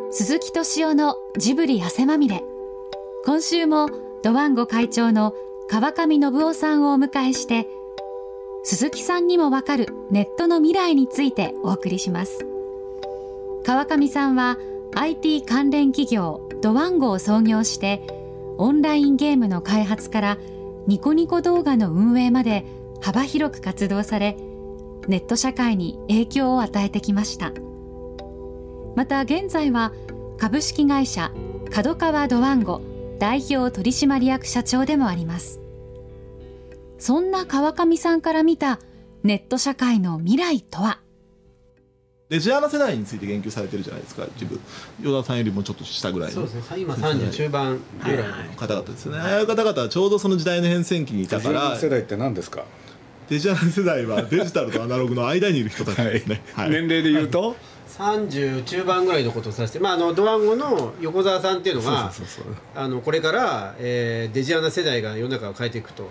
鈴木敏夫のジブリ汗まみれ。今週もドワンゴ会長の川上信夫さんをお迎えして、鈴木さんにもわかるネットの未来についてお送りします。川上さんは IT 関連企業ドワンゴを創業して、オンラインゲームの開発からニコニコ動画の運営まで幅広く活動され、ネット社会に影響を与えてきました。また現在は株式会社角川ドワンゴ代表取締役社長でもあります。そんな川上さんから見たネット社会の未来とは。 デジアナ世代について言及されてるじゃないですか、自分与田さんよりもちょっと下ぐらいの、 そうですね、今30中盤ぐらいの方々ですね。ああいう方々はちょうどその時代の変遷期にいたから。 デジアナ世代って何ですか？ デジアナ世代はデジタルとアナログの間にいる人たちですね、 はい、年齢で言うと 30中盤ぐらいのことをさせて、ドワンゴの横澤さんっていうのがこれから、デジアナ世代が世の中を変えていくと、はい、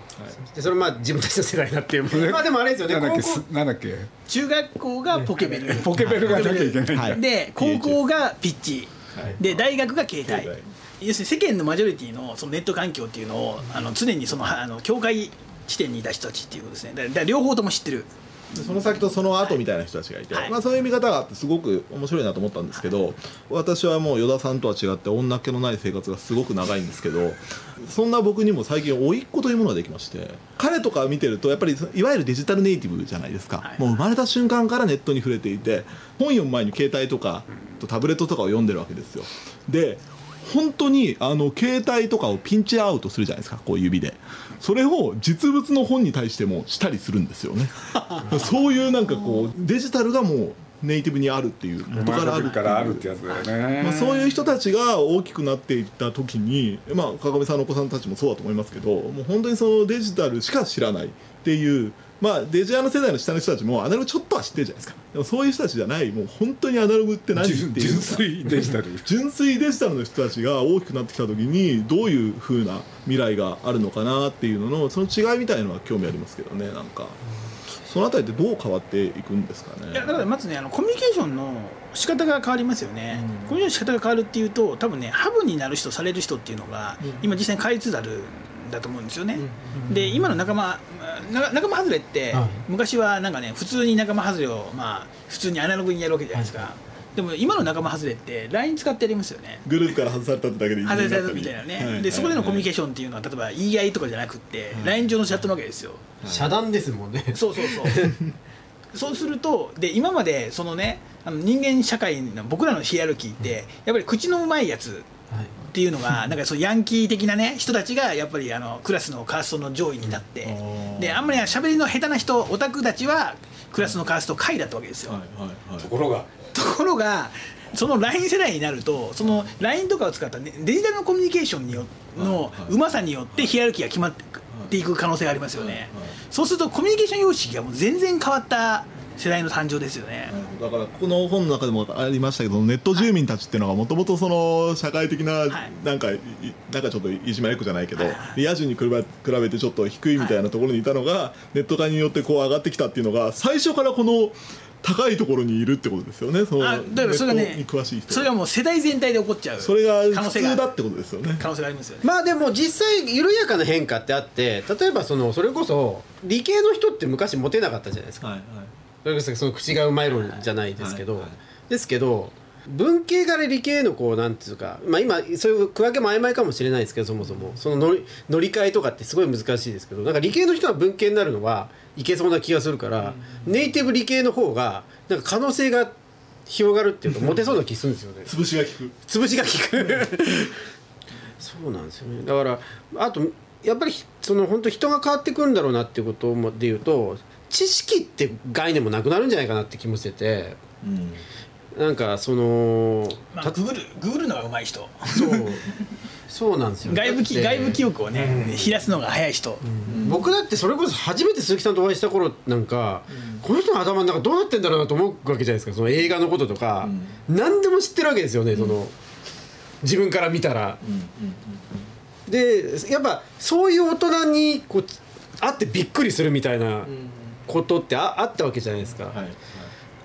でそれは自分たちの世代になってでもあれですよね、 なんだっけ中学校がポケベルポケベルがなきゃいけない、 はい、で高校がピッチ、はい、で大学が携帯、要するに世間のマジョリティのそのネット環境っていうのを常にその境界地点にいた人たちっていうことですね。だから両方とも知ってる。 その先とその後みたいな人たちがいて、はい、そういう見方があってすごく面白いなと思ったんですけど、私はもう与田さんとは違って女っ気のない生活がすごく長いんですけど、そんな僕にも最近甥っ子というものができまして、彼とか見てるとやっぱりいわゆるデジタルネイティブじゃないですか、はい、もう生まれた瞬間からネットに触れていて、本読む前に携帯とかタブレットとかを読んでるわけですよ。で本当に携帯とかをピンチアウトするじゃないですか、こう指で。それを実物の本に対してもしたりするんですよねそういうなんかこうデジタルがもうネイティブにあるっていう、元からあるってやつだよね。そういう人たちが大きくなっていった時に、川上さんのお子さんたちもそうだと思いますけど、もう本当にそのデジタルしか知らないっていう、デジアナ世代の下の人たちもアナログちょっとは知ってるじゃないですか。でもそういう人たちじゃない、もう本当にアナログって何っていう純粋デジタル純粋デジタルの人たちが大きくなってきた時にどういう風な未来があるのかなっていうのの、その違いみたいなのは興味ありますけどね。なんかそのあたりってどう変わっていくんですかね。 いやだからまずね、コミュニケーションの仕方が変わりますよね、コミュニケーションの仕方が変わるっていうと、多分ねハブになる人される人っていうのが、今実際に変わりつつあるんだと思うんですよね、で今の仲間外れって、昔はなんかね普通に仲間外れを普通にアナログにやるわけじゃないですか、でも今の仲間外れって LINE 使ってやりますよね。 グループから外されたってだけでいい外されたみたいなね、でそこでのコミュニケーションっていうのは例えば言い合いとかじゃなくって、LINE 上のチャットなわけですよ。 遮断ですもんね。 そうそうすると、で今までそのね人間社会の僕らのヒエラルキーってやっぱり口のうまいやつっていうのがなんかそうヤンキー的なね人たちがやっぱりクラスのカーストの上位になって、であんまり喋りの下手な人オタクたちはクラスのカースト下位だったわけですよ、 ところがその LINE 世代になると、その LINE とかを使った、ね、デジタルのコミュニケーションのうまさによってヒエラルキーが決まっていく可能性がありますよね、そうするとコミュニケーション様式がもう全然変わった世代の誕生ですよね。 だからこの本の中でもありましたけど、ネット住民たちっていうのがもともとその社会的ななんかちょっといじめっ子じゃないけど、野獣に比べてちょっと低いみたいなところにいたのが、ネット化によってこう上がってきたっていうのが、最初からこの高いところにいるってことですよね。そのだからそれがね、 ネットに詳しい人、 それがもう世代全体で起こっちゃう、 それが普通だってことですよね。 可能性がありますよね。 でも実際緩やかな変化ってあって、例えばそれこそ理系の人って昔モテなかったじゃないですか、それこそその口がうまいのじゃないですけど、ですけど文系から理系のこうなんていうか、今そういう区分けも曖昧かもしれないですけど、そもそもその乗り換えとかってすごい難しいですけど、なんか理系の人は文系になるのはいけそうな気がするから、ネイティブ理系の方がなんか可能性が広がるっていうかモテそうな気するんですよね。 潰しが効くそうなんですよね。だからあとやっぱり本当人が変わってくるんだろうなっていうことでいうと、知識って概念もなくなるんじゃないかなって気もしてて、なんかググるのが上手い人、 そうなんですよ。 外部記憶をね、冷やすのが早い人、 僕だってそれこそ初めて鈴木さんとお会いした頃なんか、この人の頭の中どうなってんだろうなと思うわけじゃないですか。その映画のこととか、何でも知ってるわけですよね、自分から見たら、でやっぱそういう大人にこう会ってびっくりするみたいなことってあったわけじゃないですか、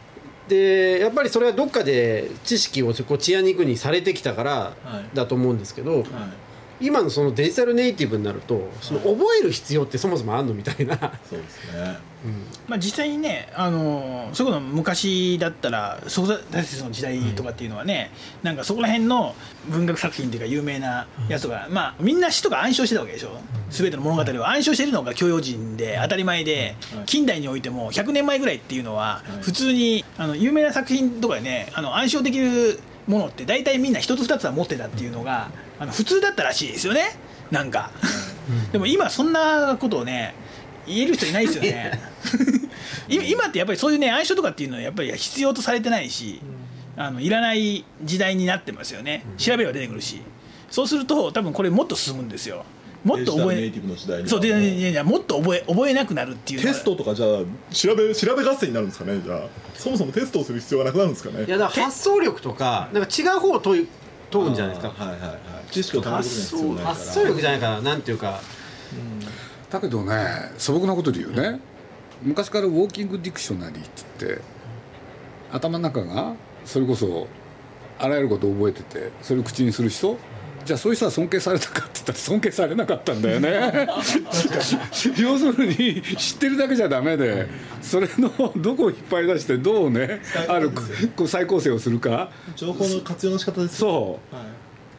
でやっぱりそれはどっかで知識をこうチア肉にされてきたからだと思うんですけど、今のそのデジタルネイティブになるとその覚える必要ってそもそもあんのみたいな。 そうですね、 まあ、実際にね、そういうこと昔だったらソクラテスの時代とかっていうのはね、なんかそこら辺の文学作品っていうか有名なやつとか、まあ、みんな詩とか暗唱してたわけでしょ。全ての物語を暗唱してるのが教養人で当たり前で、近代においても100年前ぐらいっていうのは普通に有名な作品とかでね暗唱できるものって大体みんな一つ二つは持ってたっていうのが普通だったらしいですよね、なんかでも今そんなことをね言える人いないですよね今ってやっぱりそういうね暗唱とかっていうのはやっぱり必要とされてないし、いらない時代になってますよね。調べれば出てくるし、そうすると多分これもっと進むんですよ。もっと覚えネイティブの時代にそうでもっと覚えなくなるっていうテストとかじゃあ調べ合戦になるんですかね。じゃあそもそもテストをする必要がなくなるんですかね。 いやだから発想力とかなんか違う方を問うんじゃないですか。 はいはいはい、知識をためることに必要ないから発想力じゃないかな、なんていうか、 だけどね素朴なことで言うね、昔からウォーキングディクショナリーって言って頭の中がそれこそあらゆることを覚えててそれを口にする人、じゃあそういう人は尊敬されたかって言ったら尊敬されなかったんだよね要するに知ってるだけじゃダメで、それのどこを引っ張り出してどうねこう再構成をするか、 情報の活用の仕方ですよ。そう、はい、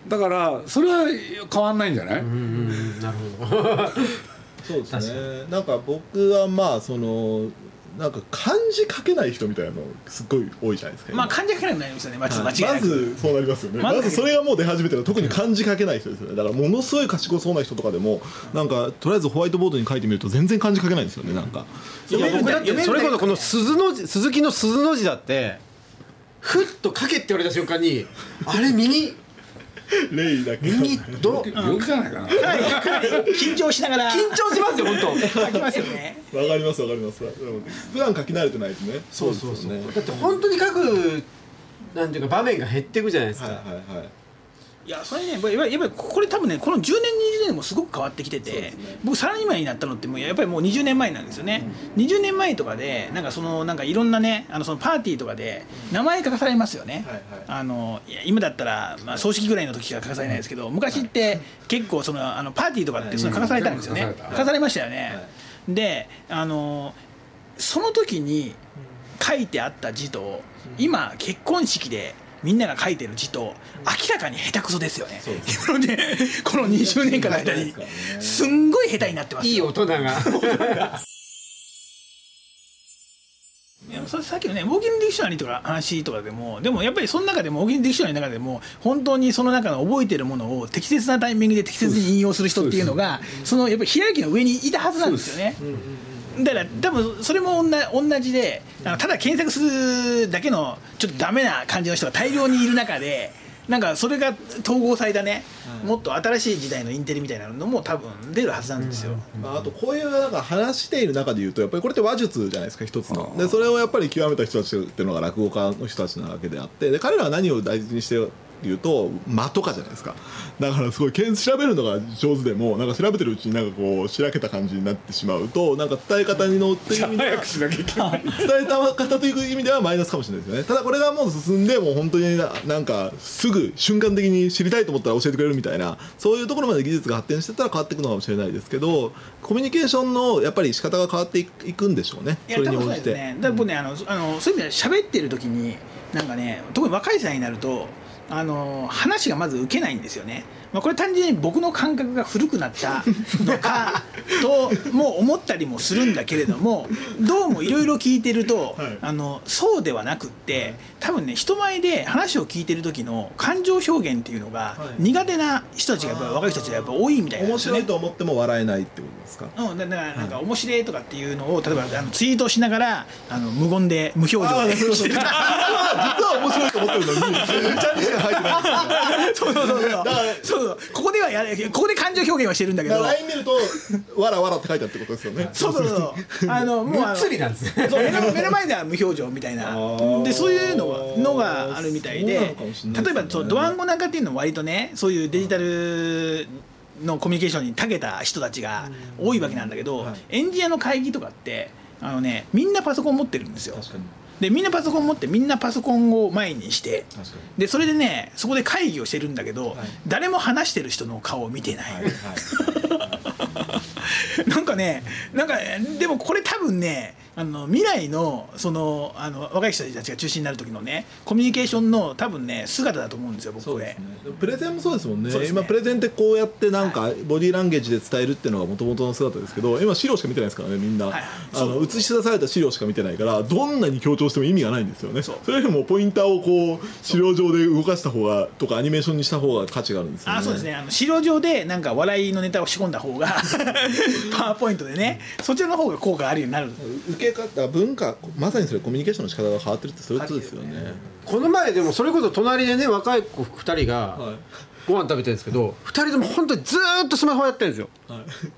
だからそれは変わんないんじゃない？ なるほどそうですね。なんか僕はまあそのなんか漢字書けない人みたいなのすごい多いじゃないですか。 まあ漢字書けなくなりますよね。間違いなく。 まずそうなりますよね。まずそれがもう出始めてる。特に漢字書けない人ですよね。だからものすごい賢そうな人とかでもなんかとりあえずホワイトボードに書いてみると全然漢字書けないんですよね。なんかいや僕だってそれこそこの鈴木の鈴の字だってふっと書けって言われた瞬間にあれ右レイだけ右ど病気じゃないかな緊張しながら緊張しますよ本当書きますよね。 わかりますわかります。普段書き慣れてないとね。 そうだって本当に書くなんていうか場面が減っていくじゃないですか。 はいはいはい。 いやそれねやっぱりこれ多分ねこの10年20年でもすごく変わってきてて、僕サラリーマンになったのってもうやっぱりもう20年前なんですよね、20年前とかでなんかそのなんかいろんなねそのパーティーとかで名前書かされますよね、いや今だったら、まあ、葬式ぐらいの時しか書かされないですけど、昔って結構そのパーティーとかってその書かされたんですよね、書かされましたよね、でその時に書いてあった字と今結婚式でみんなが書いてる字と明らかに下手くそですよね。この20年間の間にすんごい下手になってますよ。 いい大人がさっきのねウォーキングディクショナリーとか話とかでもやっぱりその中でもウォーキングディクショナリーの中でも本当にその中の覚えてるものを適切なタイミングで適切に引用する人っていうのがそのやっぱりヒエラルキーの上にいたはずなんですよね。だから多分それも同じでただ検索するだけのちょっとダメな感じの人が大量にいる中でなんかそれが統合されたね、もっと新しい時代のインテリみたいなのも多分出るはずなんですよ、 あとこういうなんか話している中でいうとやっぱりこれって話術じゃないですか一つので、それをやっぱり極めた人たちっていうのが落語家の人たちなわけであって、で彼らは何を大事にしていうと間とかじゃないですか。だからすごい調べるのが上手でもなんか調べてるうちになんかこうしらけた感じになってしまうとなんか伝え方に乗っている意味では伝えた方という意味ではマイナスかもしれないですよね。ただこれがもう進んでもう本当になんかすぐ瞬間的に知りたいと思ったら教えてくれるみたいなそういうところまで技術が発展してたら変わっていくのかもしれないですけど、コミュニケーションのやっぱり仕方が変わっていくんでしょうね。それに応じて。 だから僕ねそういう意味では喋ってる時になんかね特に若い世代になると話がまず受けないんですよね。まあ、これ単純に僕の感覚が古くなったのかとも思ったりもするんだけれども、どうもいろいろ聞いてると、そうではなくって多分ね人前で話を聞いてる時の感情表現っていうのが苦手な人たちがやっぱ若い人たちがやっぱ多いみたいなんですよね。 面白いと思っても笑えないってことですか。 だからなんか面白いとかっていうのを例えばツイートしながら無言で無表情で実は面白いと思ってるのにめちゃめちゃ入ってないんですよ。 そうここで感情表現はしてるんだけど LINE 見るとわらわらって書いてあるってことですよね。 そうもうむっつりなんですね。 目の前では無表情みたいなでそういうのがあるみたいで、例えばドワンゴなんかっていうのは割とねそういうデジタルのコミュニケーションに長けた人たちが多いわけなんだけど、エンジニアの会議とかってみんなパソコン持ってるんですよ。 でみんなパソコン持ってみんなパソコンを前にしてでそれでねそこで会議をしてるんだけど、はい、誰も話してる人の顔を見てない、はいはい、なんかでもこれ多分ね未来の若い人たちが中心になる時のねコミュニケーションの多分ね姿だと思うんですよ僕これ、ね、 プレゼンもそうですもん ね今プレゼンってこうやってなんかボディーランゲージで伝えるっていうのが元々の姿ですけど今資料しか見てないですからねみんな、はい、映し出された資料しか見てないからどんなに強調しても意味がないんですよねそれよりもポインターをこう資料上で動かした方がとかアニメーションにした方が価値があるんですよね。 そうですね資料上でなんか笑いのネタを仕込んだ方がパワーポイントでねそちらの方が効果あるようになる受け方文化まさにそれコミュニケーションの仕方が変わってるってそういうことですよね。 この前でもそれこそ隣でね若い子2人がご飯食べてるんですけど、2人とも本当にずーっとスマホやってるんですよ、 はい、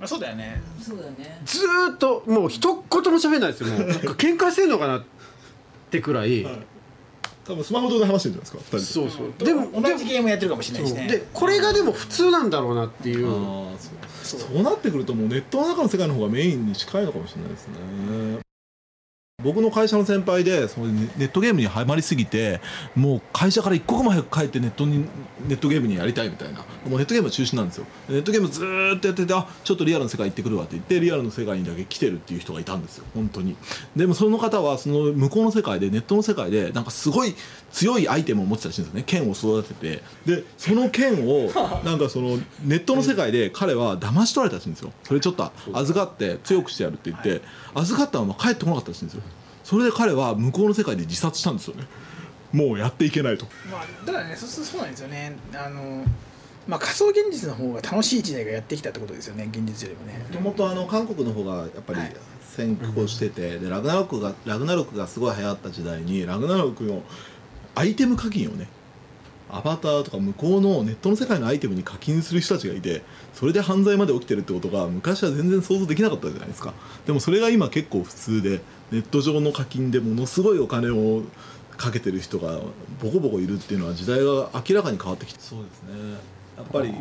そうだよねずーっともう一言も喋んないですよもう喧嘩してんのかなってくらい、はい、 多分スマホ上で話してるんじゃないですか2人そうでも同じゲームやってるかもしれないですね。 でこれがでも普通なんだろうなっていうそうなってくるともうネットの中の世界の方がメインに近いのかもしれないですね。僕の会社の先輩でそのネットゲームにハマりすぎてもう会社から一刻も早く帰ってネットゲームにやりたいみたいなもうネットゲームは中止なんですよ。ネットゲームずーっとやっててちょっとリアルの世界行ってくるわって言ってリアルの世界にだけ来てるっていう人がいたんですよ本当に。でもその方はその向こうの世界でネットの世界でなんかすごい強いアイテムを持ってたらしいんですよね。剣を育ててでその剣をなんかそのネットの世界で彼は騙し取られたらしいんですよ。それちょっと預かって強くしてやるって言って預かったまま帰ってこなかったらしいんですよ。それで彼は向こうの世界で自殺したんですよね。もうやっていけないと、 だからねそうなんですよね仮想現実の方が楽しい時代がやってきたってことですよね現実よりもね。 もともと韓国の方がやっぱり先行してて、でラグナロクがすごい流行った時代にラグナロクのアイテム課金をねアバターとか向こうのネットの世界のアイテムに課金する人たちがいてそれで犯罪まで起きてるってことが昔は全然想像できなかったじゃないですか。でもそれが今結構普通でネット上の課金でものすごいお金をかけてる人がボコボコいるっていうのは時代が明らかに変わってきてそうですね。やっぱり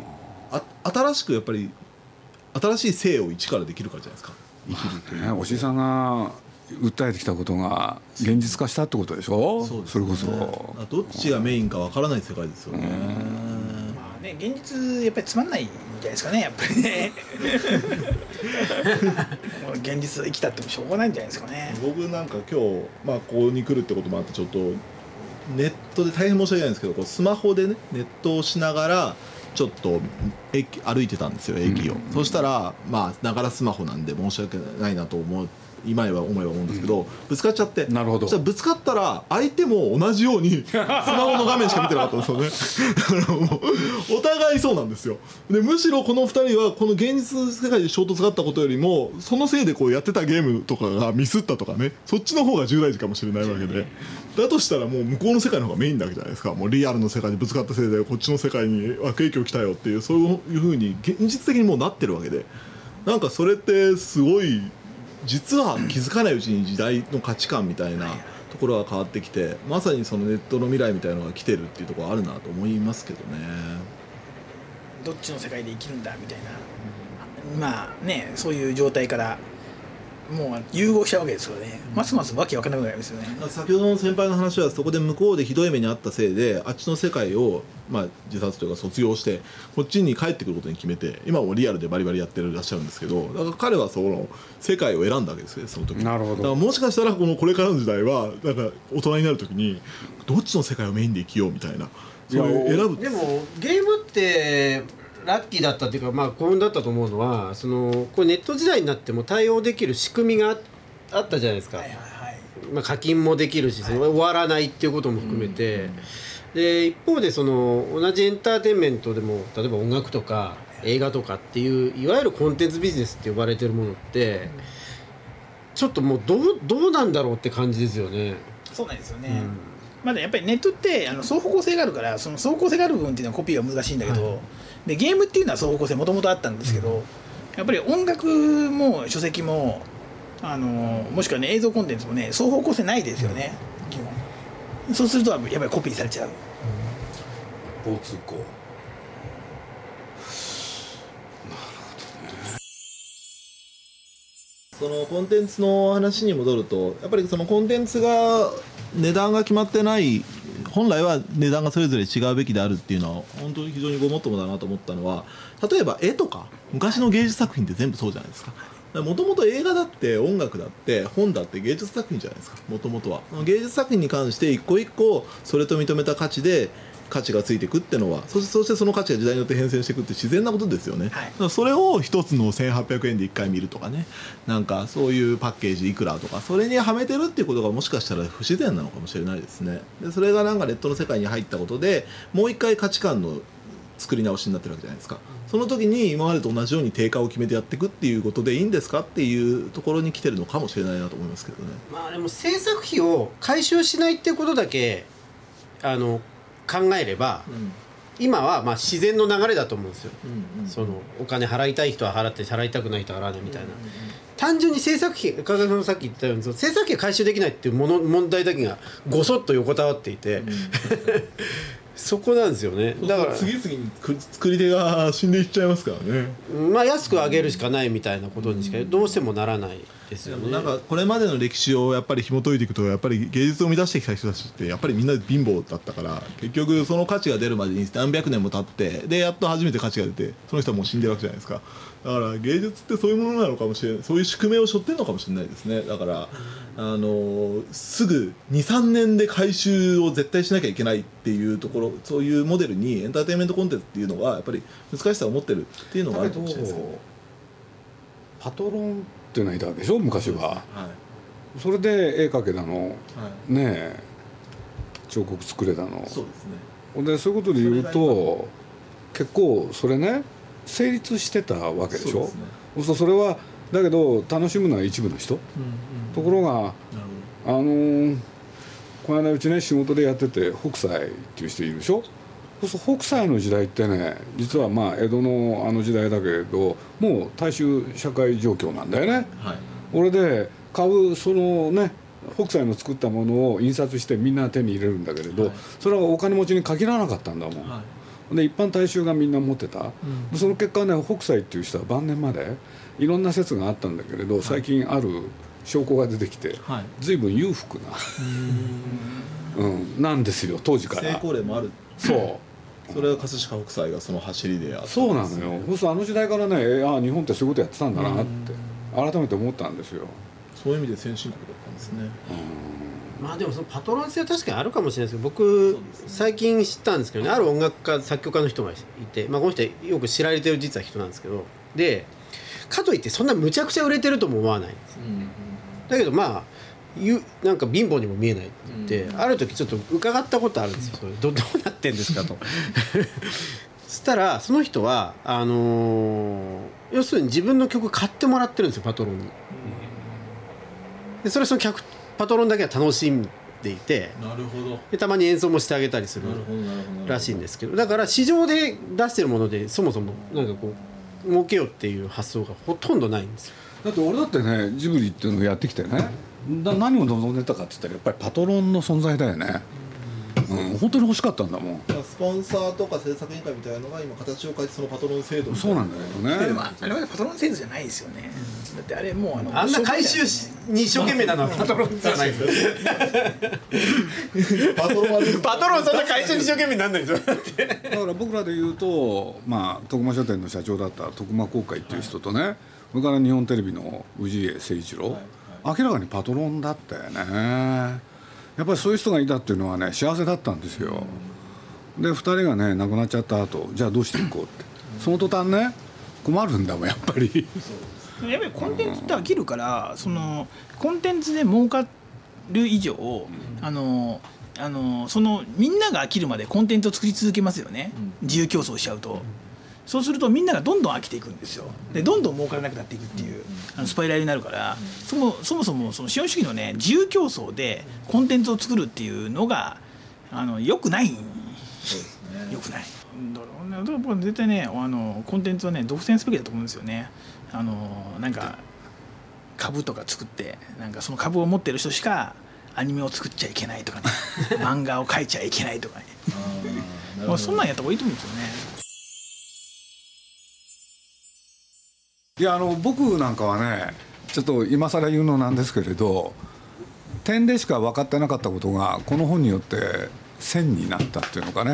新しい生を一からできるからじゃないですか生きるという、 おしさんが訴えてきたことが現実化したってことでしょ。そうですね、それこそどっちがメインかわからない世界ですよね。 現実やっぱりつまんないんじゃないですかねやっぱりね現実生きたってもしょうがないんじゃないですかね。 僕なんか今日、ここに来るってこともあってちょっとネットで大変申し訳ないんですけどスマホでねネットをしながらちょっと歩いてたんですよ駅を、そしたらながらスマホなんで申し訳ないなと今思えば思うんですけど、ぶつかっちゃって。 なるほど。 そしたらぶつかったら相手も同じようにスマホの画面しか見てなかったんですよねお互いそうなんですよ。でむしろこの2人はこの現実世界で衝突があったことよりもそのせいでこうやってたゲームとかがミスったとかねそっちの方が重大事かもしれないわけで、だとしたらもう向こうの世界の方がメインだけじゃないですか。もうリアルの世界にぶつかったせいでこっちの世界に悪影響来たよっていうそういう風に現実的にもうなってるわけで、なんかそれってすごい実は気づかないうちに時代の価値観みたいなところが変わってきてまさにそのネットの未来みたいなのが来てるっていうところあるなと思いますけどね。 どっちの世界で生きるんだみたいなそういう状態からもう融合したわけですよね。ますますわけわからなくなりますよね。 先ほどの先輩の話はそこで向こうでひどい目に遭ったせいであっちの世界を自殺というか卒業してこっちに帰ってくることに決めて今もリアルでバリバリやってらっしゃるんですけど、だから彼はその世界を選んだわけですねその時。 なるほど。 だからもしかしたらこれからの時代はなんか大人になる時にどっちの世界をメインで生きようみたいなそれを選ぶ。 でもゲームってラッキーだったっていうか幸運だったと思うのはこれネット時代になっても対応できる仕組みがあったじゃないですか。課金もできるし終わらないっていうことも含めて、で一方で同じエンターテインメントでも例えば音楽とか映画とかっていういわゆるコンテンツビジネスって呼ばれてるものってちょっともうどうなんだろうって感じですよね。 そうなんですよね、やっぱりネットって双方向性があるからその双方向性がある部分っていうのはコピーが難しいんだけど、でゲームっていうのは双方向性もともとあったんですけど、やっぱり音楽も書籍ももしくは映像コンテンツも双方向性ないですよね、基本。そうするとやっぱりコピーされちゃう、 一方通行。 そのコンテンツの話に戻ると、やっぱりそのコンテンツが値段が決まってない、本来は値段がそれぞれ違うべきであるっていうのは本当に非常にごもっともだなと思ったのは、例えば絵とか昔の芸術作品って全部そうじゃないですか。もともと映画だって音楽だって本だって芸術作品じゃないですか。もともとは芸術作品に関して一個一個それと認めた価値で価値がついていくっていうのは、そしてその価値が時代によって変遷していくって自然なことですよね、はい、だからそれを一つの1800円で1回見るとかね、なんかそういうパッケージいくらとかそれにはめてるっていうことがもしかしたら不自然なのかもしれないですね。でそれがなんかネットの世界に入ったことでもう一回価値観の作り直しになってるわけじゃないですか。その時に今までと同じように定価を決めてやっていくっていうことでいいんですかっていうところに来てるのかもしれないなと思いますけどね。 まあでも制作費を回収しないっていうことだけ考えれば、今はまあ自然の流れだと思うんですよ、そのお金払いたい人は払って払いたくない人は払わないみたいな、単純に制作費、川上さんもさっき言ったように制作費が回収できないっていう問題だけがごそっと横たわっていて、そこなんですよね。だから次々に作り手が死んでいっちゃいますからね。 まあ安く上げるしかないみたいなことにしかどうしてもならないですよね。 なんかこれまでの歴史をやっぱり紐解いていくと、やっぱり芸術を生み出してきた人たちってやっぱりみんな貧乏だったから、結局その価値が出るまでに何百年も経ってでやっと初めて価値が出て、その人はもう死んでるわけじゃないですか。だから芸術ってそういうものなのかもしれない、そういう宿命を背負ってるのかもしれないですね。だからすぐ 2,3 年で回収を絶対しなきゃいけないっていうところ、そういうモデルにエンターテインメントコンテンツっていうのがやっぱり難しさを持ってるっていうのがあるかもしれないですけど、 パトロンっていうのはいたわけでしょ昔は、はい、それで絵描けだの、はい、ねえ彫刻作れだの、そうですね。でそういうことで言うと結構それね成立してたわけでしょ。それはだけど楽しむのは一部の人、ところがこの間うちね仕事でやってて北斎っていう人いるでしょ。北斎の時代ってね実はまあ江戸の時代だけれどもう大衆社会状況なんだよね、はい、俺で買うそのね北斎の作ったものを印刷してみんな手に入れるんだけれど、はい、それはお金持ちに限らなかったんだもん、はい、で一般大衆がみんな持ってた、その結果ね北斎っていう人は晩年までいろんな説があったんだけれど、最近ある証拠が出てきて、はい、随分裕福ななんですよ当時から。 成功例もある。そうそれは葛飾北斎がその走りでやったんですね。 そうなのよ。そうあの時代からね日本ってそういうことやってたんだなって改めて思ったんですよ。 そういう意味で先進国だったんですね。 まあでもそのパトロン性は確かにあるかもしれないですけど、僕最近知ったんですけどね、ある音楽家作曲家の人がいて、まあ、この人はよく知られてる実は人なんですけど、でかといってそんなむちゃくちゃ売れてるとも思わないんですよ、だけどまあなんか貧乏にも見えないって言って、ある時ちょっと伺ったことあるんですよ。それ どうなってんですかとそしたらその人は要するに自分の曲買ってもらってるんですよパトロンに。でそれそのパトロンだけは楽しんでいて、 なるほど。 でたまに演奏もしてあげたりするらしいんですけど、だから市場で出してるものでそもそもなんかこう儲けようっていう発想がほとんどないんですよ。 だって俺だってねジブリっていうのをやってきてね、何を望んでたかって言ったらやっぱりパトロンの存在だよね。本当に欲しかったんだもん。 スポンサーとか制作委員会みたいなのが今形を変えてそのパトロン制度みたいな。 そうなんだよね。 でもあれはパトロン制度じゃないですよね。だってあれもうあんな回収に一生懸命なのはパトロンじゃないですよパトロンそんな回収に一生懸命になんないですよだから僕らで言うと、まあ、徳間書店の社長だった徳間公会っていう人とね、それから日本テレビの氏家誠一郎、明らかにパトロンだったよね。やっぱりそういう人がいたっていうのはね幸せだったんですよ。で2人がね亡くなっちゃった後じゃあどうしていこうって、その途端ね困るんだもんやっぱりやっぱりコンテンツって飽きるから、そのコンテンツで儲かる以上、そのみんなが飽きるまでコンテンツを作り続けますよね、自由競争しちゃうと。そうするとみんながどんどん飽きていくんですよ。でどんどん儲からなくなっていくっていうスパイラルになるから、そもそもその資本主義のね自由競争でコンテンツを作るっていうのが良くない。良くない。だから僕は絶対ねコンテンツはね独占すべきだと思うんですよね。なんか株とか作ってなんかその株を持ってる人しかアニメを作っちゃいけないとかね漫画を描いちゃいけないとかねまあそんなんやった方がいいと思うんですよね。 いや僕なんかはねちょっと今更言うのなんですけれど、点でしか分かってなかったことがこの本によって線になったっていうのかね。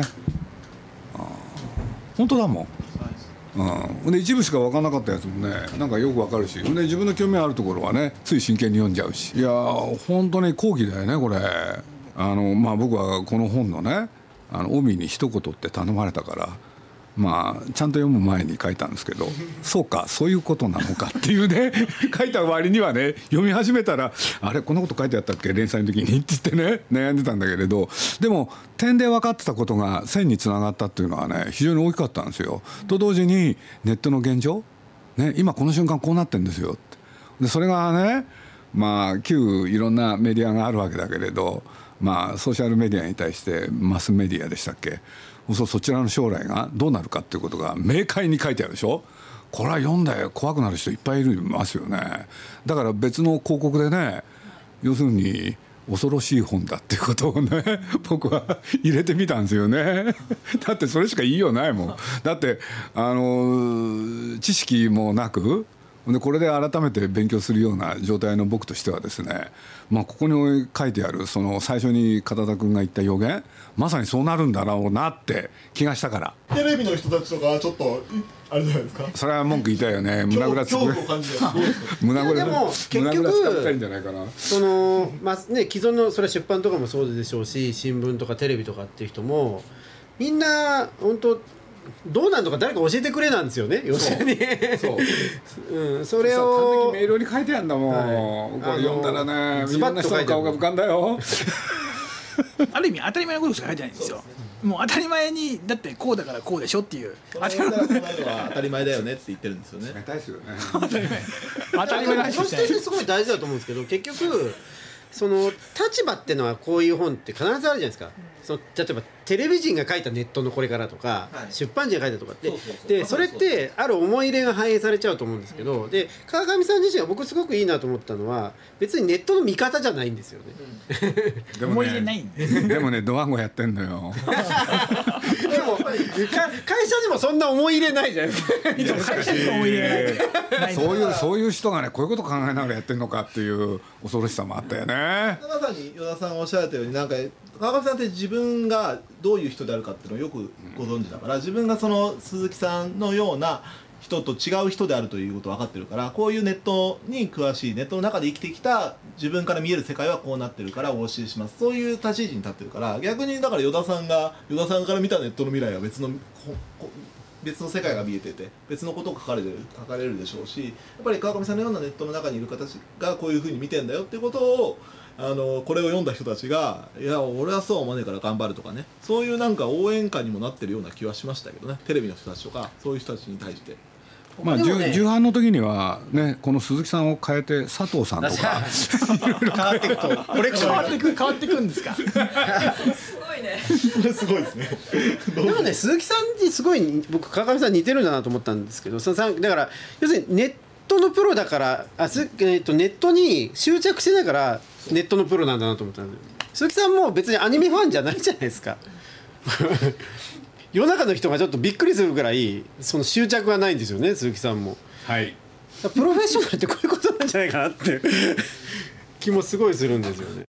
本当だもん、で一部しか分からなかったやつもねなんかよく分かるし、で自分の興味あるところはねつい真剣に読んじゃうし、いや本当に講義だよねこれ。僕はこの本のね帯に一言って頼まれたから、ちゃんと読む前に書いたんですけどそうかそういうことなのかっていうね書いた割にはね読み始めたらあれこんなこと書いてあったっけ連載の時にって言ってね悩んでたんだけれど、でも点で分かってたことが線につながったっていうのはね非常に大きかったんですよ。と同時にネットの現状、ね、今この瞬間こうなってるんですよって。でそれがね旧いろんなメディアがあるわけだけれど、ソーシャルメディアに対してマスメディアでしたっけ、そちらの将来がどうなるかっていうことが明快に書いてあるでしょ。これは読んで怖くなる人いっぱいいますよね。だから別の広告でね要するに恐ろしい本だっていうことをね僕は入れてみたんですよねだってそれしか言いようないもん。だって知識もなくでこれで改めて勉強するような状態の僕としてはですね、ここに書いてあるその最初に片田君が言った予言、まさにそうなるんだろうなって気がしたから。 テレビの人たちとかはちょっとあれじゃないですか。 それは文句言いたいよね。胸ぐらつく。 恐怖を感じてどうですか。 でも結局胸ぐらつかったいんじゃないかな。 既存のそれは出版とかもそうでしょうし、新聞とかテレビとかっていう人もみんな本当どうなんのか誰か教えてくれなんですよね。要するにそれをメールに書いてあるんだもん、これ読んだらねいろんな人の顔が浮かんだよある意味当たり前のことしか書いてないんですよ。もう当たり前にだってこうだからこうでしょっていう当たり前だよねって言ってるんですよね。 冷たいですよね当たり前の話そしてすごい大事だと思うんですけど、結局その立場っていうのはこういう本って必ずあるじゃないですか。その例えばテレビ人が書いたネットのこれからとか、出版人が書いたとかってでそれってある思い入れが反映されちゃうと思うんですけど、で川上さん自身は僕すごくいいなと思ったのは別にネットの見方じゃないんですよね。 でも思い入れないんででもねドワンゴやってんのよでも会社にもそんな思い入れないじゃないですか。 会社にも思い入れないそういう人がねこういうこと考えながらやってるのかっていう恐ろしさもあったよね。 まさに与田さんがおっしゃられたように川上さんって自分がどういう人であるかっていうのをよくご存知だから、自分がその鈴木さんのような人と違う人であるということを分かってるから、こういうネットに詳しいネットの中で生きてきた自分から見える世界はこうなってるからお教えします、そういう立ち位置に立ってるから、逆にだから与田さんから見たネットの未来は別の世界が見えてて別のことを書かれるでしょうし、やっぱり川上さんのようなネットの中にいる方がこういうふうに見てんだよっていうことをこれを読んだ人たちがいや俺はそう思わねえから頑張るとかね、そういう応援歌にもなってるような気はしましたけどね、テレビの人たちとかそういう人たちに対して。 重版の時にはねこの鈴木さんを変えて佐藤さんとか変わっていくとコレクション変わっていくんですかすごいねすごいですねでもね鈴木さんにすごい僕川上さん似てるんだなと思ったんですけど、だから要するにネットのプロだからネットに執着してないからネットのプロなんだなと思ったんです。鈴木さんも別にアニメファンじゃないじゃないですか世の中の人がちょっとびっくりするぐらいその執着がないんですよね鈴木さんも。 はいプロフェッショナルってこういうことなんじゃないかなって気もすごいするんですよね。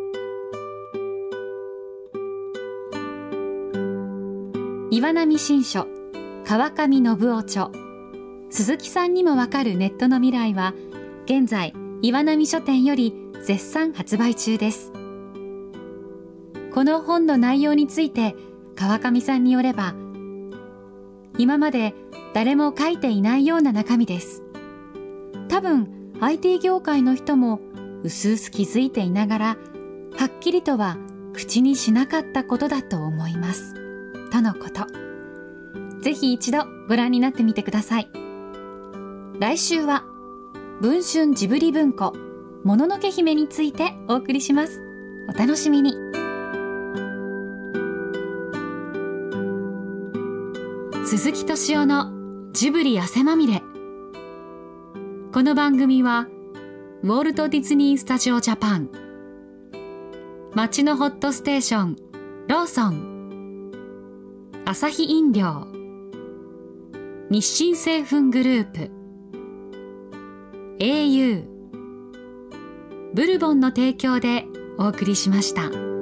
岩波新書川上信夫著、鈴木さんにもわかるネットの未来は現在岩波書店より絶賛発売中です。この本の内容について川上さんによれば、今まで誰も書いていないような中身です。多分 IT 業界の人もうすうす気づいていながらはっきりとは口にしなかったことだと思いますとのこと。ぜひ一度ご覧になってみてください。来週は文春ジブリ文庫もののけ姫についてお送りします。お楽しみに。鈴木敏夫のジブリ汗まみれ。この番組はウォルト・ディズニー・スタジオ・ジャパン、街のホットステーションローソン、アサヒ飲料、日清製粉グループ、au ブルボンの提供でお送りしました。